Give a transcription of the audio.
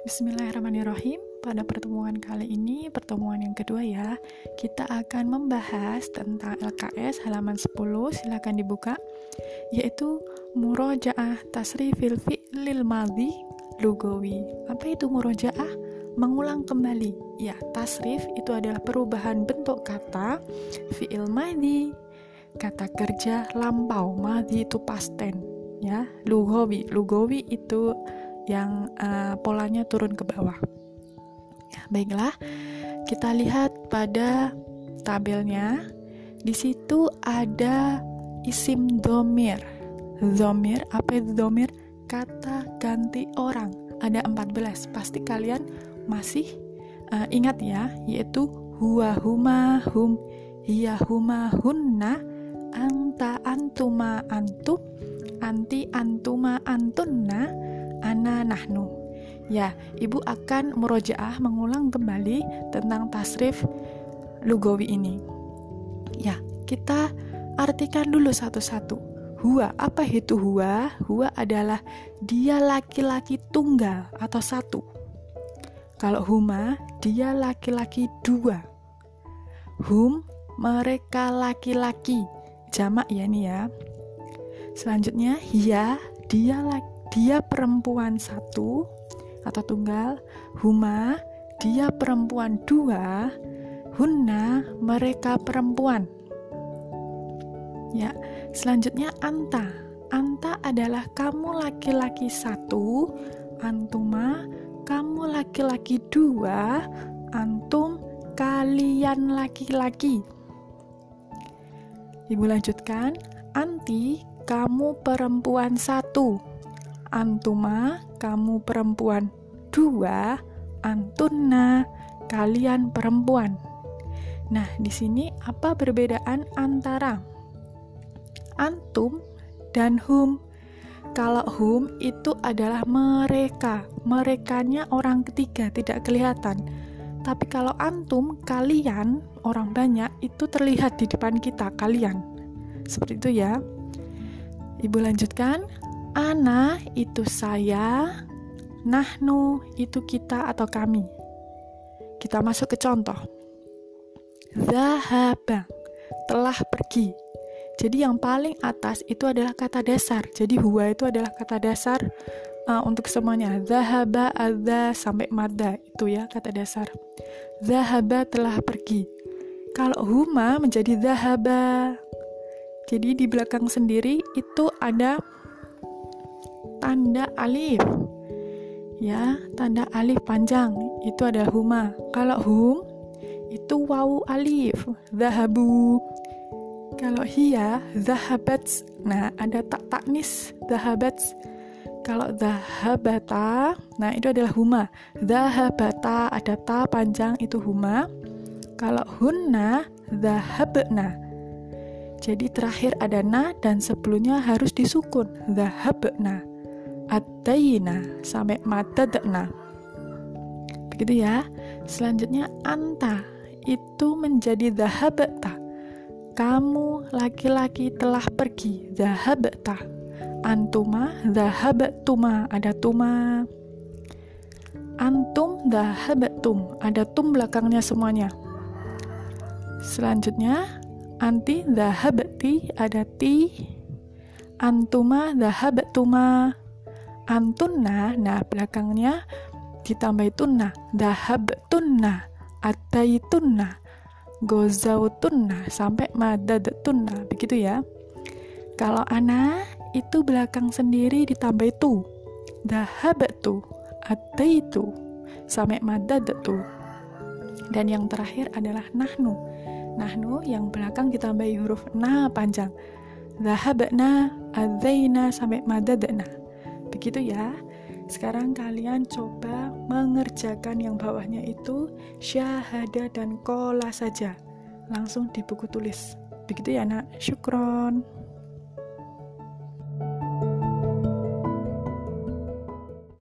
Bismillahirrahmanirrahim. Pada pertemuan kali ini, pertemuan yang kedua ya, kita akan membahas tentang LKS halaman 10, silakan dibuka, yaitu Murojaah Tasrifil Fi'lil Madhi Lugawi. Apa itu murojaah? Mengulang kembali. Ya, tasrif itu adalah perubahan bentuk kata fi'il madhi, kata kerja lampau, madhi itu past tense, ya. Lugawi itu yang polanya turun ke bawah. Ya, baiklah, kita lihat pada tabelnya. Di situ ada isim domir. Domir, apa itu domir? Kata ganti orang. Ada 14. Pasti kalian masih ingat ya, yaitu huwa, huma, hum, hiya, huma, hunna, anta, antuma, antum, anti, antuma, antunna, ana, nahnu. Ya, ibu akan murojaah mengulang kembali tentang tasrif lugawi ini. Ya, kita artikan dulu satu-satu. Huwa, apa itu huwa? Huwa adalah dia laki-laki tunggal atau satu. Kalau huma, dia laki-laki dua. Hum, mereka laki-laki, jamak ya nih ya. Selanjutnya hiya, dia perempuan satu atau tunggal. Huma, dia perempuan dua. Hunna, mereka perempuan. Ya, selanjutnya anta. Anta adalah kamu laki-laki satu. Antuma, kamu laki-laki dua. Antum, kalian laki-laki. Ibu lanjutkan. Anti, kamu perempuan satu. Antuma, kamu perempuan dua. Antunna, kalian perempuan. Nah, di sini apa perbedaan antara antum dan hum? Kalau hum itu adalah mereka. Merekanya orang ketiga, tidak kelihatan. Tapi kalau antum, kalian, orang banyak, itu terlihat di depan kita, kalian. Seperti itu ya. Ibu lanjutkan. Ana itu saya, nahnu itu kita atau kami. Kita masuk ke contoh. Zahaba, telah pergi. Jadi yang paling atas itu adalah kata dasar. Jadi huwa itu adalah kata dasar untuk semuanya. Zahaba, adza, sampai madda, itu ya kata dasar. Zahaba, telah pergi. Kalau huma menjadi zahaba. Jadi di belakang sendiri itu ada tanda alif. Ya, tanda alif panjang itu adalah huma. Kalau hum itu wawu alif, zahabu. Kalau hiya, zahabat. Nah, ada tak taknis, zahabat. Kalau zahabata, nah itu adalah huma. Zahabata, ada ta panjang itu huma. Kalau hunna, zahabna. Jadi terakhir ada na dan sebelumnya harus disukun. Zahabna, ataina, sampai madadna. Begitu ya. Selanjutnya anta itu menjadi zahabta. Kamu laki-laki telah pergi. Zahabta. Antuma, zahabatuma, ada tuma. Antum, zahabatum, ada tum belakangnya semuanya. Selanjutnya anti, zahabti, ada ti. Antuma, zahabatuma. Antunna, nah belakangnya ditambah tunna. Zahabtunna, ataitunna, gozautunna, sampai madadatunna. Begitu ya. Kalau ana itu belakang sendiri ditambah tu. Zahabtu, ataitu, sampai madadatu. Dan yang terakhir adalah nahnu. Nahnu yang belakang ditambahi huruf na panjang. Zahabna, adzaina, sampai madadna. Begitu ya. Sekarang kalian coba mengerjakan yang bawahnya itu syahada dan qola saja. Langsung di buku tulis. Begitu ya, Nak. Syukron.